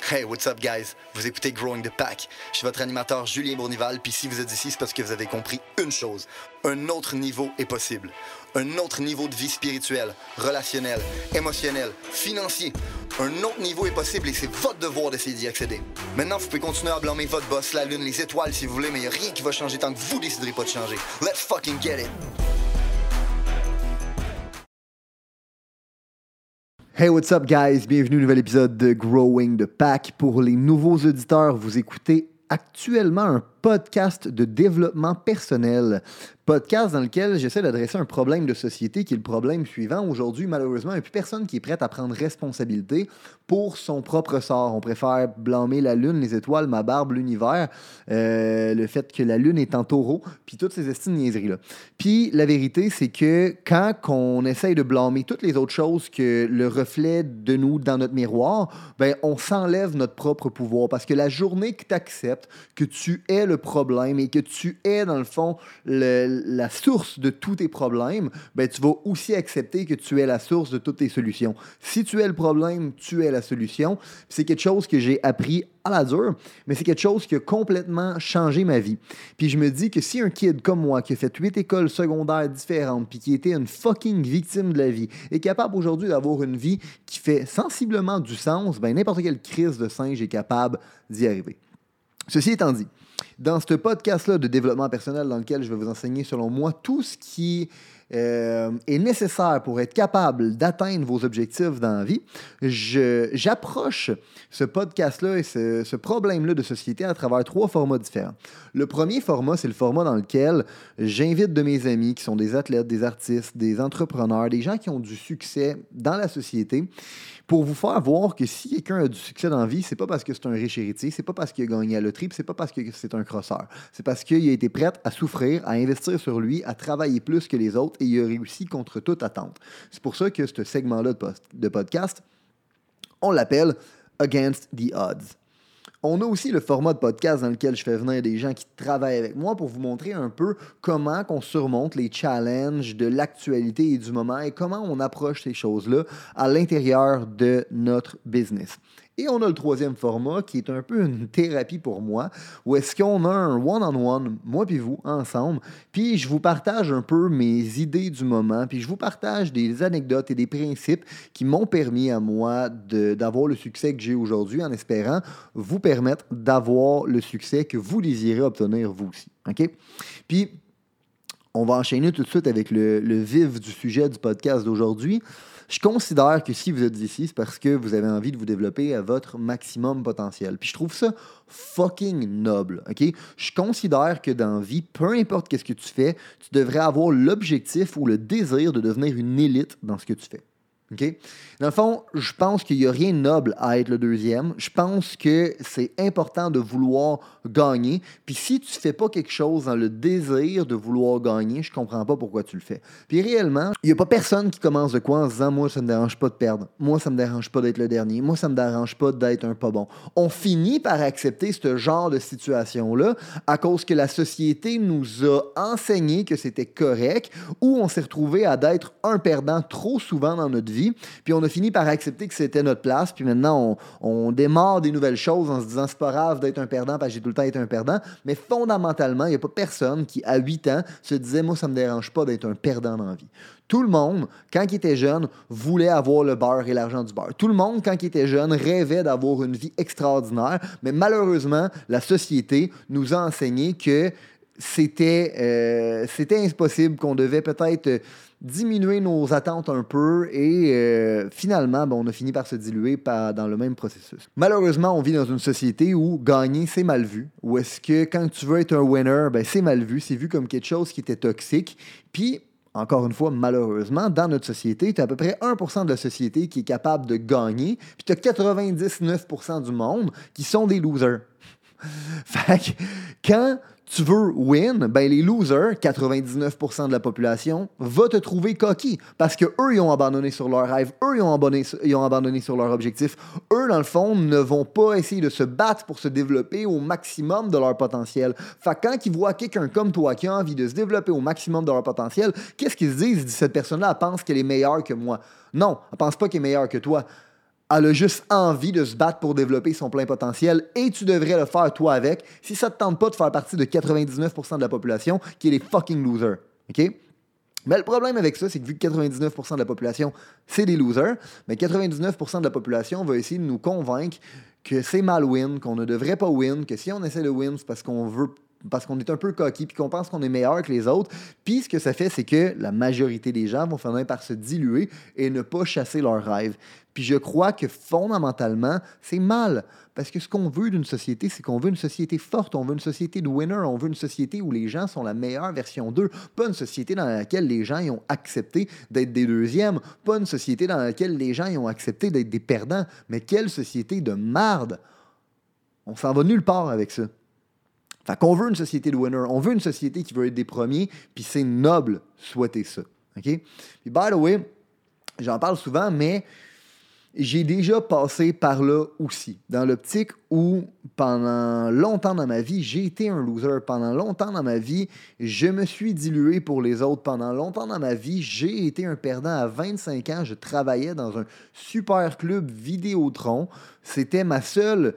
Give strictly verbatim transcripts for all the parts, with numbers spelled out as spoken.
Hey, what's up, guys? Vous écoutez Growing the Pack. Je suis votre animateur Julien Bournival, puis si vous êtes ici, c'est parce que vous avez compris une chose. Un autre niveau est possible. Un autre niveau de vie spirituelle, relationnelle, émotionnelle, financier. Un autre niveau est possible et c'est votre devoir d'essayer d'y accéder. Maintenant, vous pouvez continuer à blâmer votre boss, la lune, les étoiles si vous voulez, mais il n'y a rien qui va changer tant que vous déciderez pas de changer. Let's fucking get it! Hey, what's up, guys? Bienvenue au nouvel épisode de Growing the Pack. Pour les nouveaux auditeurs, vous écoutez actuellement un podcast de développement personnel. Podcast dans lequel j'essaie d'adresser un problème de société qui est le problème suivant. Aujourd'hui, malheureusement, il n'y a plus personne qui est prêt à prendre responsabilité pour son propre sort. On préfère blâmer la lune, les étoiles, ma barbe, l'univers, euh, le fait que la lune est en taureau, puis toutes ces estimes niaiseries-là. Puis la vérité, c'est que quand on essaye de blâmer toutes les autres choses que le reflet de nous dans notre miroir, ben on s'enlève notre propre pouvoir. Parce que la journée que tu acceptes que tu es le problème et que tu es, dans le fond, le, la source de tous tes problèmes, ben tu vas aussi accepter que tu es la source de toutes tes solutions. Si tu es le problème, tu es la solution. C'est quelque chose que j'ai appris à la dure, mais c'est quelque chose qui a complètement changé ma vie. Puis je me dis que si un kid comme moi, qui a fait huit écoles secondaires différentes, puis qui était une fucking victime de la vie, est capable aujourd'hui d'avoir une vie qui fait sensiblement du sens, ben n'importe quelle crise de singe est capable d'y arriver. Ceci étant dit, dans ce podcast-là de développement personnel dans lequel je vais vous enseigner, selon moi, tout ce qui euh, est nécessaire pour être capable d'atteindre vos objectifs dans la vie, je, j'approche ce podcast-là et ce, ce problème-là de société à travers trois formats différents. Le premier format, c'est le format dans lequel j'invite de mes amis qui sont des athlètes, des artistes, des entrepreneurs, des gens qui ont du succès dans la société, pour vous faire voir que si quelqu'un a du succès dans la vie, c'est pas parce que c'est un riche héritier, c'est pas parce qu'il a gagné à la loterie, puis c'est pas parce que c'est un crosseur. C'est parce qu'il a été prêt à souffrir, à investir sur lui, à travailler plus que les autres, et il a réussi contre toute attente. C'est pour ça que ce segment-là de, post- de podcast, on l'appelle « Against the Odds ». On a aussi le format de podcast dans lequel je fais venir des gens qui travaillent avec moi pour vous montrer un peu comment on surmonte les challenges de l'actualité et du moment et comment on approche ces choses-là à l'intérieur de notre business. Et on a le troisième format qui est un peu une thérapie pour moi, où est-ce qu'on a un one-on-one, moi puis vous, ensemble, puis je vous partage un peu mes idées du moment, puis je vous partage des anecdotes et des principes qui m'ont permis à moi de, d'avoir le succès que j'ai aujourd'hui, en espérant vous permettre d'avoir le succès que vous désirez obtenir vous aussi. OK? Puis, on va enchaîner tout de suite avec le, le vif du sujet du podcast d'aujourd'hui. Je considère que si vous êtes ici, c'est parce que vous avez envie de vous développer à votre maximum potentiel. Puis je trouve ça fucking noble, OK? Je considère que dans la vie, peu importe qu'est-ce que tu fais, tu devrais avoir l'objectif ou le désir de devenir une élite dans ce que tu fais. Okay? Dans le fond, je pense qu'il n'y a rien de noble à être le deuxième. Je pense que c'est important de vouloir gagner. Puis si tu ne fais pas quelque chose dans le désir de vouloir gagner, je ne comprends pas pourquoi tu le fais. Puis réellement, il n'y a pas personne qui commence de quoi en se disant « Moi, ça ne me dérange pas de perdre. Moi, ça ne me dérange pas d'être le dernier. Moi, ça ne me dérange pas d'être un pas bon. » On finit par accepter ce genre de situation-là à cause que la société nous a enseigné que c'était correct ou on s'est retrouvé à d'être un perdant trop souvent dans notre vie. Puis on a fini par accepter que c'était notre place, puis maintenant on, on démarre des nouvelles choses en se disant c'est pas grave d'être un perdant parce que j'ai tout le temps été un perdant, mais fondamentalement, il n'y a pas personne qui, à huit ans, se disait moi ça me dérange pas d'être un perdant dans la vie. Tout le monde, quand il était jeune, voulait avoir le beurre et l'argent du beurre. Tout le monde, quand il était jeune, rêvait d'avoir une vie extraordinaire, mais malheureusement, la société nous a enseigné que c'était, euh, c'était impossible, qu'on devait peut-être euh, diminuer nos attentes un peu et euh, finalement, ben, on a fini par se diluer par, dans le même processus. Malheureusement, on vit dans une société où gagner, c'est mal vu. Où est-ce que quand tu veux être un winner, ben, c'est mal vu. C'est vu comme quelque chose qui était toxique. Puis, encore une fois, malheureusement, dans notre société, tu as à peu près un pour cent de la société qui est capable de gagner, puis tu as quatre-vingt-dix-neuf pour cent du monde qui sont des losers. Fait que quand tu veux win, ben les losers, quatre-vingt-dix-neuf pour cent de la population, va te trouver coquille parce que eux ils ont abandonné sur leur rêve, eux ils ont abandonné, ils ont abandonné sur leur objectif. Eux, dans le fond, ne vont pas essayer de se battre pour se développer au maximum de leur potentiel. Fait que quand ils voient quelqu'un comme toi qui a envie de se développer au maximum de leur potentiel, qu'est-ce qu'ils se disent? Ils disent, cette personne-là, elle pense qu'elle est meilleure que moi. Non, elle pense pas qu'elle est meilleure que toi. Elle a juste envie de se battre pour développer son plein potentiel et tu devrais le faire toi avec si ça ne te tente pas de faire partie de quatre-vingt-dix-neuf pour cent de la population qui est les fucking losers. OK? Mais le problème avec ça, c'est que vu que quatre-vingt-dix-neuf pour cent de la population, c'est des losers, mais quatre-vingt-dix-neuf pour cent de la population va essayer de nous convaincre que c'est mal win, qu'on ne devrait pas win, que si on essaie de win, c'est parce qu'on veut, parce qu'on est un peu cocky, puis qu'on pense qu'on est meilleur que les autres. Puis ce que ça fait, c'est que la majorité des gens vont finir par se diluer et ne pas chasser leurs rêves. Puis je crois que fondamentalement, c'est mal. Parce que ce qu'on veut d'une société, c'est qu'on veut une société forte, on veut une société de winner, on veut une société où les gens sont la meilleure version d'eux, pas une société dans laquelle les gens y ont accepté d'être des deuxièmes, pas une société dans laquelle les gens y ont accepté d'être des perdants, mais quelle société de marde! On s'en va nulle part avec ça. Fait qu'on veut une société de winner, on veut une société qui veut être des premiers, puis c'est noble souhaiter ça. OK? Puis by the way, j'en parle souvent, mais j'ai déjà passé par là aussi, dans l'optique où pendant longtemps dans ma vie, j'ai été un loser. Pendant longtemps dans ma vie, je me suis dilué pour les autres. Pendant longtemps dans ma vie, j'ai été un perdant. À vingt-cinq ans, je travaillais dans un super club Vidéotron. C'était ma seule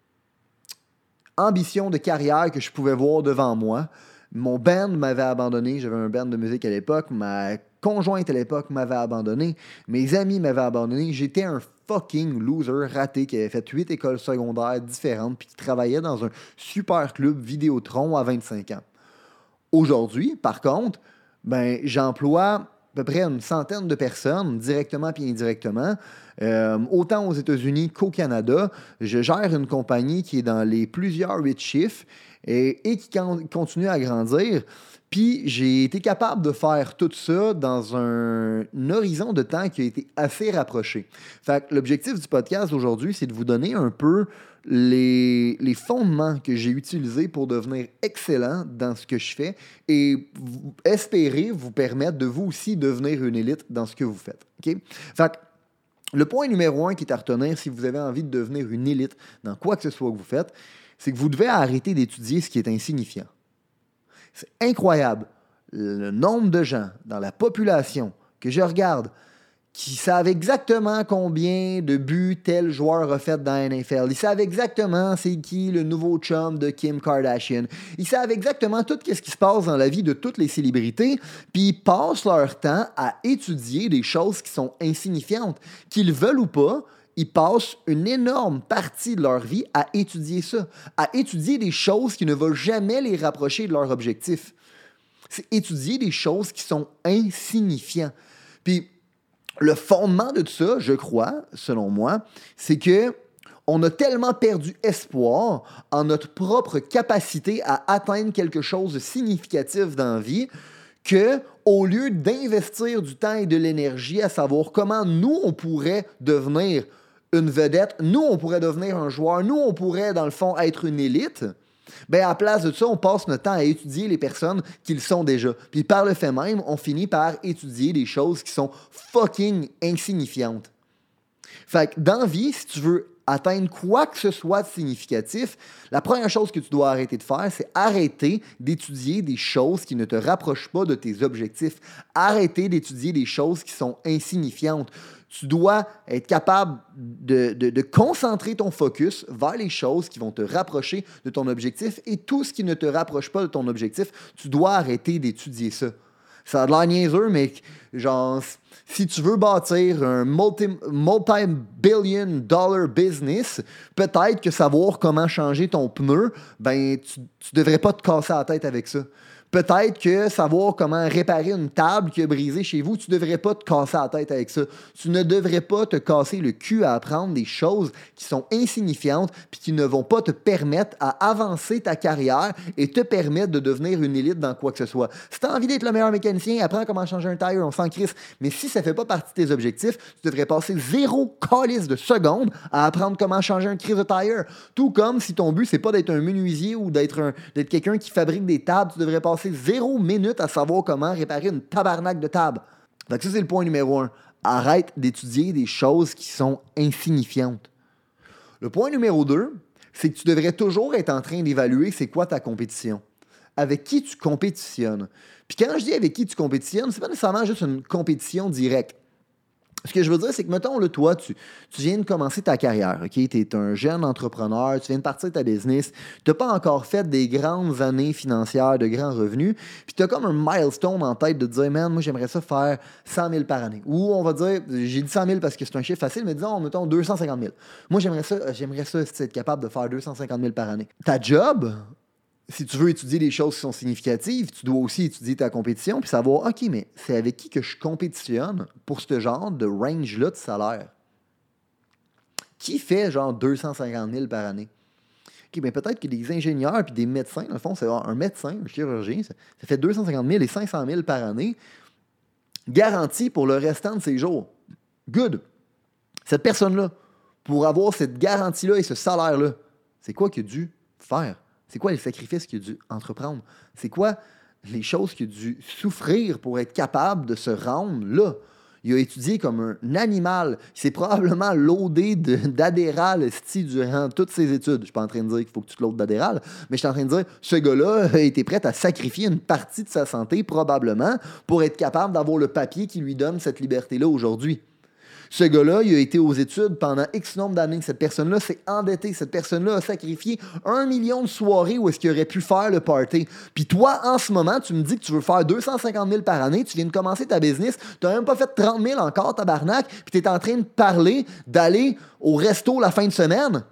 ambition de carrière que je pouvais voir devant moi. Mon band m'avait abandonné. J'avais un band de musique à l'époque. Ma conjointe à l'époque m'avait abandonné. Mes amis m'avaient abandonné. J'étais un fucking loser raté qui avait fait huit écoles secondaires différentes puis qui travaillait dans un super club Vidéotron à vingt-cinq ans. Aujourd'hui, par contre, ben, j'emploie à peu près une centaine de personnes, directement et indirectement, euh, autant aux États-Unis qu'au Canada. Je gère une compagnie qui est dans les plusieurs huit chiffres et, et qui can- continue à grandir. Puis j'ai été capable de faire tout ça dans un, un horizon de temps qui a été assez rapproché. Fait que l'objectif du podcast aujourd'hui, c'est de vous donner un peu les, les fondements que j'ai utilisés pour devenir excellent dans ce que je fais et vous, espérer vous permettre de vous aussi devenir une élite dans ce que vous faites. Okay? Fait que le point numéro un qui est à retenir si vous avez envie de devenir une élite dans quoi que ce soit que vous faites, c'est que vous devez arrêter d'étudier ce qui est insignifiant. C'est incroyable le nombre de gens dans la population que je regarde qui savent exactement combien de buts tel joueur a fait dans la N F L. Ils savent exactement c'est qui le nouveau chum de Kim Kardashian. Ils savent exactement tout ce qui se passe dans la vie de toutes les célébrités, puis ils passent leur temps à étudier des choses qui sont insignifiantes. Qu'ils veulent ou pas, ils passent une énorme partie de leur vie à étudier ça, à étudier des choses qui ne vont jamais les rapprocher de leur objectif. C'est étudier des choses qui sont insignifiantes. Puis, le fondement de tout ça, je crois, selon moi, c'est que on a tellement perdu espoir en notre propre capacité à atteindre quelque chose de significatif dans la vie que, au lieu d'investir du temps et de l'énergie à savoir comment nous, on pourrait devenir une vedette, nous, on pourrait devenir un joueur, nous, on pourrait, dans le fond, être une élite, bien, à la place de ça, on passe notre temps à étudier les personnes qui le sont déjà. Puis par le fait même, on finit par étudier des choses qui sont fucking insignifiantes. Fait que dans la vie, si tu veux atteindre quoi que ce soit de significatif, la première chose que tu dois arrêter de faire, c'est arrêter d'étudier des choses qui ne te rapprochent pas de tes objectifs. Arrêter d'étudier des choses qui sont insignifiantes. Tu dois être capable de, de, de concentrer ton focus vers les choses qui vont te rapprocher de ton objectif et tout ce qui ne te rapproche pas de ton objectif, tu dois arrêter d'étudier ça. Ça a de l'air niaiseux, mais genre, si tu veux bâtir un multi, multi-billion dollar business, peut-être que savoir comment changer ton pneu, ben, tu ne devrais pas te casser la tête avec ça. Peut-être que savoir comment réparer une table qui a brisé chez vous, tu ne devrais pas te casser la tête avec ça. Tu ne devrais pas te casser le cul à apprendre des choses qui sont insignifiantes puis qui ne vont pas te permettre à avancer ta carrière et te permettre de devenir une élite dans quoi que ce soit. Si tu as envie d'être le meilleur mécanicien, apprends comment changer un tire, on s'en crisse. Mais si ça ne fait pas partie de tes objectifs, tu devrais passer zéro calice de secondes à apprendre comment changer un crise de tire. Tout comme si ton but, c'est pas d'être un menuisier ou d'être, un, d'être quelqu'un qui fabrique des tables, tu devrais passer zéro minute à savoir comment réparer une tabarnak de table. Donc ça, c'est le point numéro un. Arrête d'étudier des choses qui sont insignifiantes. Le point numéro deux, c'est que tu devrais toujours être en train d'évaluer c'est quoi ta compétition. Avec qui tu compétitionnes. Puis quand je dis avec qui tu compétitionnes, c'est pas nécessairement juste une compétition directe. Ce que je veux dire, c'est que, mettons, là, toi, tu, tu viens de commencer ta carrière, OK? Tu es un jeune entrepreneur, tu viens de partir de ta business, tu n'as pas encore fait des grandes années financières de grands revenus, puis tu as comme un milestone en tête de te dire, man, moi, j'aimerais ça faire cent mille par année. Ou on va dire, j'ai dit cent mille parce que c'est un chiffre facile, mais disons, mettons, deux cent cinquante mille. Moi, j'aimerais ça, j'aimerais ça être capable de faire deux cent cinquante mille par année. Ta job, si tu veux étudier des choses qui sont significatives, tu dois aussi étudier ta compétition puis savoir, OK, mais c'est avec qui que je compétitionne pour ce genre de range-là de salaire? Qui fait genre deux cent cinquante mille par année? OK, bien peut-être que des ingénieurs puis des médecins, dans le fond, c'est un médecin, un chirurgien, ça, ça fait deux cent cinquante mille et cinq cent mille par année, garanti pour le restant de ses jours. Good. Cette personne-là, pour avoir cette garantie-là et ce salaire-là, c'est quoi qu'il a dû faire? C'est quoi les sacrifices qu'il a dû entreprendre? C'est quoi les choses qu'il a dû souffrir pour être capable de se rendre là? Il a étudié comme un animal. Il s'est probablement loadé de, d'Adderall durant toutes ses études. Je ne suis pas en train de dire qu'il faut que tu te loades d'Adderall, mais je suis en train de dire que ce gars-là a été prêt à sacrifier une partie de sa santé, probablement, pour être capable d'avoir le papier qui lui donne cette liberté-là aujourd'hui. Ce gars-là, il a été aux études pendant X nombre d'années. Cette personne-là s'est endettée. Cette personne-là a sacrifié un million de soirées où est-ce qu'il aurait pu faire le party. Puis toi, en ce moment, tu me dis que tu veux faire deux cent cinquante mille par année. Tu viens de commencer ta business. Tu n'as même pas fait trente mille encore, tabarnak. Puis tu es en train de parler d'aller au resto la fin de semaine.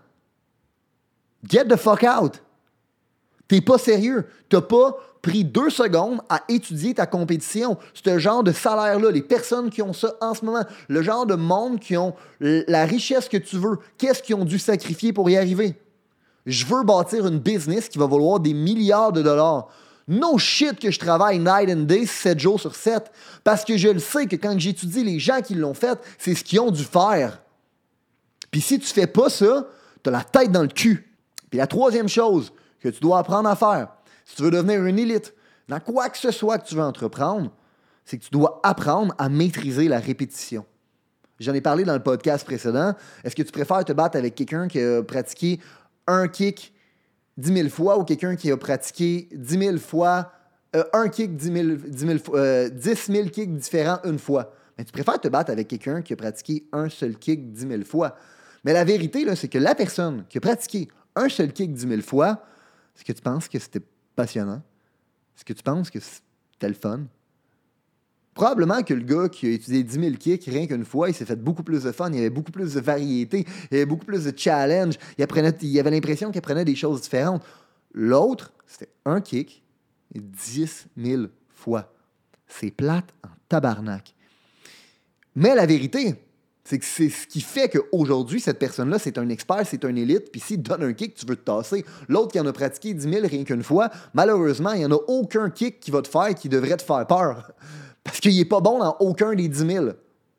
Get the fuck out. T'es pas sérieux. T'as pas pris deux secondes à étudier ta compétition. Ce genre de salaire-là, les personnes qui ont ça en ce moment, le genre de monde qui ont la richesse que tu veux, qu'est-ce qu'ils ont dû sacrifier pour y arriver? Je veux bâtir une business qui va valoir des milliards de dollars. No shit que je travaille night and day, sept jours sur sept, parce que je le sais que quand j'étudie les gens qui l'ont fait, c'est ce qu'ils ont dû faire. Puis si tu fais pas ça, t'as la tête dans le cul. Puis la troisième chose que tu dois apprendre à faire, si tu veux devenir une élite, dans quoi que ce soit que tu veux entreprendre, c'est que tu dois apprendre à maîtriser la répétition. J'en ai parlé dans le podcast précédent. Est-ce que tu préfères te battre avec quelqu'un qui a pratiqué un kick dix mille fois ou quelqu'un qui a pratiqué dix mille fois, euh, un kick dix mille, dix mille, euh, dix mille kicks différents une fois? Mais tu préfères te battre avec quelqu'un qui a pratiqué un seul kick dix mille fois. Mais la vérité, là, c'est que la personne qui a pratiqué un seul kick dix mille fois, est-ce que tu penses que c'était passionnant? Est-ce que tu penses que c'était le fun? Probablement que le gars qui a étudié dix mille kicks rien qu'une fois, il s'est fait beaucoup plus de fun, il y avait beaucoup plus de variété, il y avait beaucoup plus de challenge, il, apprenait, il avait l'impression qu'il apprenait des choses différentes. L'autre, c'était un kick et dix mille fois. C'est plate en tabarnak. Mais la vérité, c'est que c'est ce qui fait qu'aujourd'hui, cette personne-là, c'est un expert, c'est un élite, puis s'il te donne un kick, tu veux te tasser. L'autre qui en a pratiqué dix mille rien qu'une fois, malheureusement, il n'y en a aucun kick qui va te faire qui devrait te faire peur. Parce qu'il n'est pas bon dans aucun des dix mille.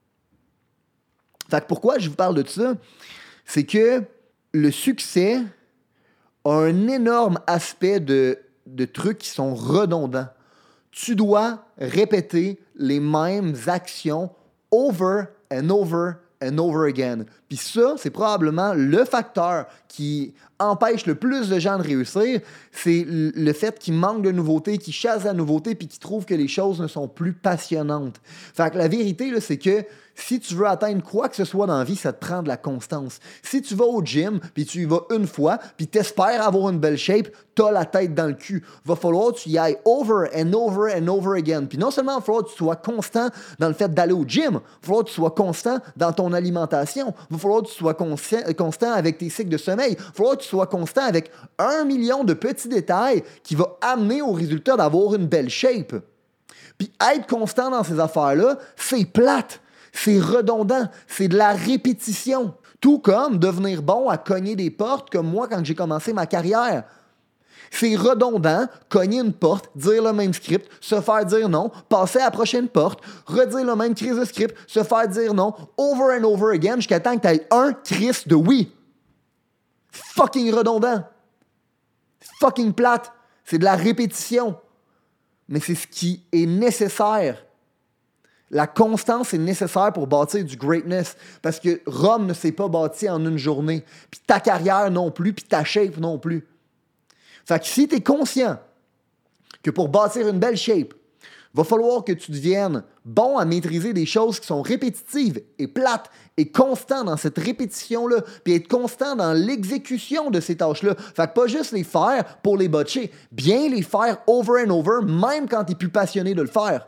Fait que pourquoi je vous parle de ça? C'est que le succès a un énorme aspect de, de trucs qui sont redondants. Tu dois répéter les mêmes actions over and over and over again. Puis ça, c'est probablement le facteur qui empêche le plus de gens de réussir, c'est le fait qu'ils manquent de nouveautés, qu'ils chassent la nouveauté, puis qu'ils trouvent que les choses ne sont plus passionnantes. Fait que la vérité, là, c'est que si tu veux atteindre quoi que ce soit dans la vie, ça te prend de la constance. Si tu vas au gym, puis tu y vas une fois, puis t'espères avoir une belle shape, t'as la tête dans le cul. Va falloir que tu y ailles over and over and over again. Puis non seulement il va falloir que tu sois constant dans le fait d'aller au gym, il va falloir que tu sois constant dans ton alimentation, il va falloir que tu sois constant avec tes cycles de sommeil, il va falloir que tu sois constant avec un million de petits détails qui vont amener au résultat d'avoir une belle shape. Puis être constant dans ces affaires-là, c'est plate. C'est redondant, c'est de la répétition. Tout comme devenir bon à cogner des portes comme moi quand j'ai commencé ma carrière. C'est redondant, cogner une porte, dire le même script, se faire dire non, passer à la prochaine porte, redire le même crise de script, se faire dire non, over and over again, jusqu'à temps que tu aies un crise de oui. Fucking redondant. Fucking plate. C'est de la répétition. Mais c'est ce qui est nécessaire. La constance est nécessaire pour bâtir du greatness. Parce que Rome ne s'est pas bâti en une journée. Puis ta carrière non plus, puis ta shape non plus. Fait que si tu es conscient que pour bâtir une belle shape, Va falloir que tu deviennes bon à maîtriser des choses qui sont répétitives et plates et constant dans cette répétition-là, puis être constant dans l'exécution de ces tâches-là. Fait que pas juste les faire pour les botcher, bien les faire over and over, même quand tu es plus passionné de le faire.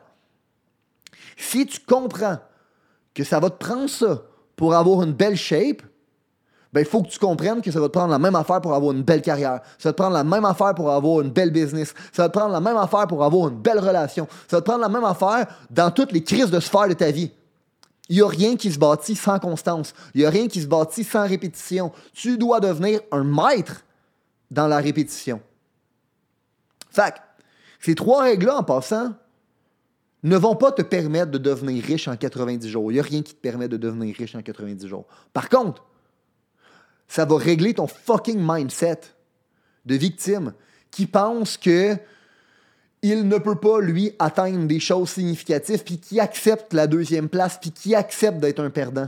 Si tu comprends que ça va te prendre ça pour avoir une belle shape, ben, il faut que tu comprennes que ça va te prendre la même affaire pour avoir une belle carrière. Ça va te prendre la même affaire pour avoir une belle business. Ça va te prendre la même affaire pour avoir une belle relation. Ça va te prendre la même affaire dans toutes les crises de sphère de ta vie. Il n'y a rien qui se bâtit sans constance. Il n'y a rien qui se bâtit sans répétition. Tu dois devenir un maître dans la répétition. Fait que, ces trois règles-là, en passant, ne vont pas te permettre de devenir riche en quatre-vingt-dix jours. Il n'y a rien qui te permet de devenir riche en quatre-vingt-dix jours. Par contre, ça va régler ton fucking mindset de victime qui pense que il ne peut pas, lui, atteindre des choses significatives puis qui accepte la deuxième place puis qui accepte d'être un perdant.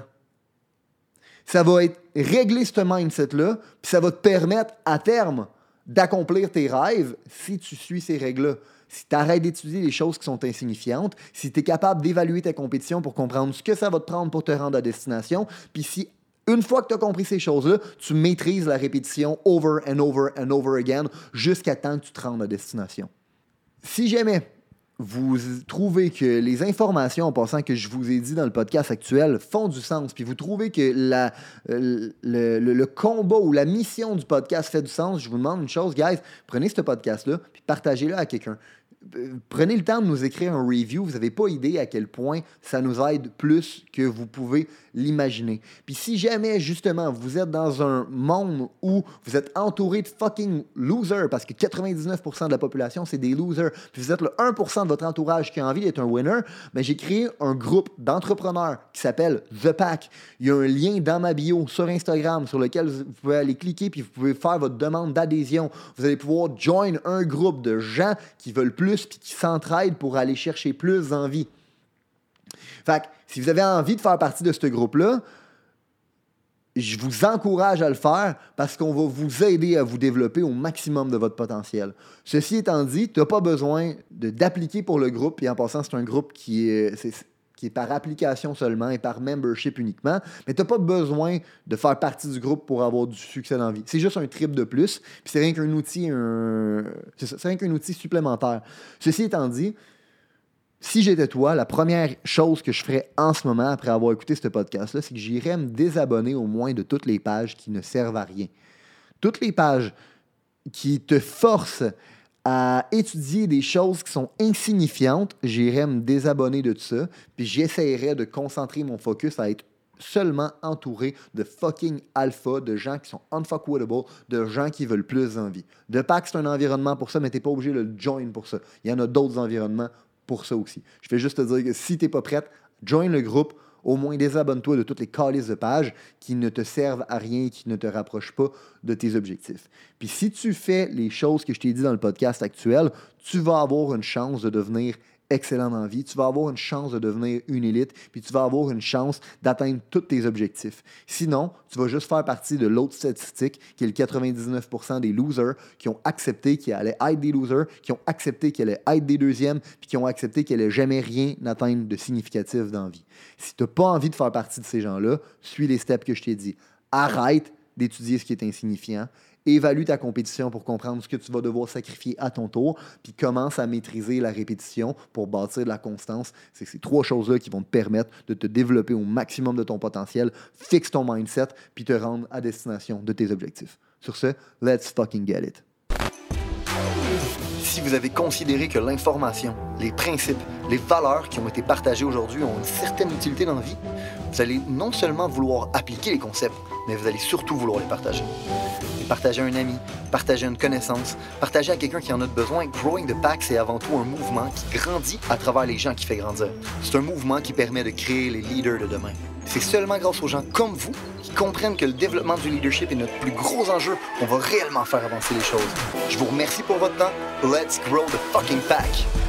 Ça va être régler ce mindset-là puis ça va te permettre, à terme, d'accomplir tes rêves si tu suis ces règles-là. Si tu arrêtes d'étudier les choses qui sont insignifiantes, si tu es capable d'évaluer ta compétition pour comprendre ce que ça va te prendre pour te rendre à destination, puis si une fois que tu as compris ces choses-là, tu maîtrises la répétition over and over and over again jusqu'à temps que tu te rendes à destination. Si jamais vous trouvez que les informations en passant que je vous ai dit dans le podcast actuel font du sens, puis vous trouvez que la, le, le, le combat ou la mission du podcast fait du sens, je vous demande une chose, guys, prenez ce podcast-là puis partagez-le à quelqu'un. Prenez le temps de nous écrire un review. Vous n'avez pas idée à quel point ça nous aide plus que vous pouvez l'imaginer. Puis si jamais, justement, vous êtes dans un monde où vous êtes entouré de fucking losers, parce que quatre-vingt-dix-neuf pour cent de la population, c'est des losers, puis vous êtes le un pour cent de votre entourage qui a envie d'être un winner, mais j'ai créé un groupe d'entrepreneurs qui s'appelle The Pack. Il y a un lien dans ma bio sur Instagram sur lequel vous pouvez aller cliquer puis vous pouvez faire votre demande d'adhésion. Vous allez pouvoir join un groupe de gens qui veulent plus puis qui s'entraident pour aller chercher plus d'envie. Fait que, si vous avez envie de faire partie de ce groupe-là, je vous encourage à le faire parce qu'on va vous aider à vous développer au maximum de votre potentiel. Ceci étant dit, tu n'as pas besoin de, d'appliquer pour le groupe, et en passant, c'est un groupe qui est, c'est, qui est par application seulement et par membership uniquement, mais tu n'as pas besoin de faire partie du groupe pour avoir du succès dans la vie. C'est juste un trip de plus, puis c'est rien qu'un outil, un... c'est, ça, c'est rien qu'un outil supplémentaire. Ceci étant dit, si j'étais toi, la première chose que je ferais en ce moment après avoir écouté ce podcast-là, c'est que j'irais me désabonner au moins de toutes les pages qui ne servent à rien. Toutes les pages qui te forcent à étudier des choses qui sont insignifiantes, j'irais me désabonner de tout ça, puis j'essaierais de concentrer mon focus à être seulement entouré de fucking alpha, de gens qui sont unfuckwittable, de gens qui veulent plus d'envie. The Pack, c'est un environnement pour ça, mais t'es pas obligé de le join pour ça. Il y en a d'autres environnements pour ça aussi. Je vais juste te dire que si t'es pas prête, join le groupe, au moins désabonne-toi de toutes les calices de pages qui ne te servent à rien et qui ne te rapprochent pas de tes objectifs. Puis si tu fais les choses que je t'ai dit dans le podcast actuel, tu vas avoir une chance de devenir excellent dans la vie, tu vas avoir une chance de devenir une élite, puis tu vas avoir une chance d'atteindre tous tes objectifs. Sinon, tu vas juste faire partie de l'autre statistique, qui est le quatre-vingt-dix-neuf pour cent des losers qui ont accepté qu'ils allaient être des losers, qui ont accepté qu'ils allaient être des deuxièmes, puis qui ont accepté qu'ils n'allaient jamais rien atteindre de significatif dans la vie. Si tu n'as pas envie de faire partie de ces gens-là, suis les steps que je t'ai dit. Arrête d'étudier ce qui est insignifiant. Évalue ta compétition pour comprendre ce que tu vas devoir sacrifier à ton tour, puis commence à maîtriser la répétition pour bâtir de la constance. C'est ces trois choses-là qui vont te permettre de te développer au maximum de ton potentiel, fixe ton mindset, puis te rendre à destination de tes objectifs. Sur ce, let's fucking get it. Si vous avez considéré que l'information, les principes, les valeurs qui ont été partagées aujourd'hui ont une certaine utilité dans la vie, vous allez non seulement vouloir appliquer les concepts, mais vous allez surtout vouloir les partager. Les partager à un ami, partager à une connaissance, partager à quelqu'un qui en a besoin. Growing the Pack, c'est avant tout un mouvement qui grandit à travers les gens qui fait grandir. C'est un mouvement qui permet de créer les leaders de demain. C'est seulement grâce aux gens comme vous qui comprennent que le développement du leadership est notre plus gros enjeu qu'on va réellement faire avancer les choses. Je vous remercie pour votre temps. Let's grow the fucking pack!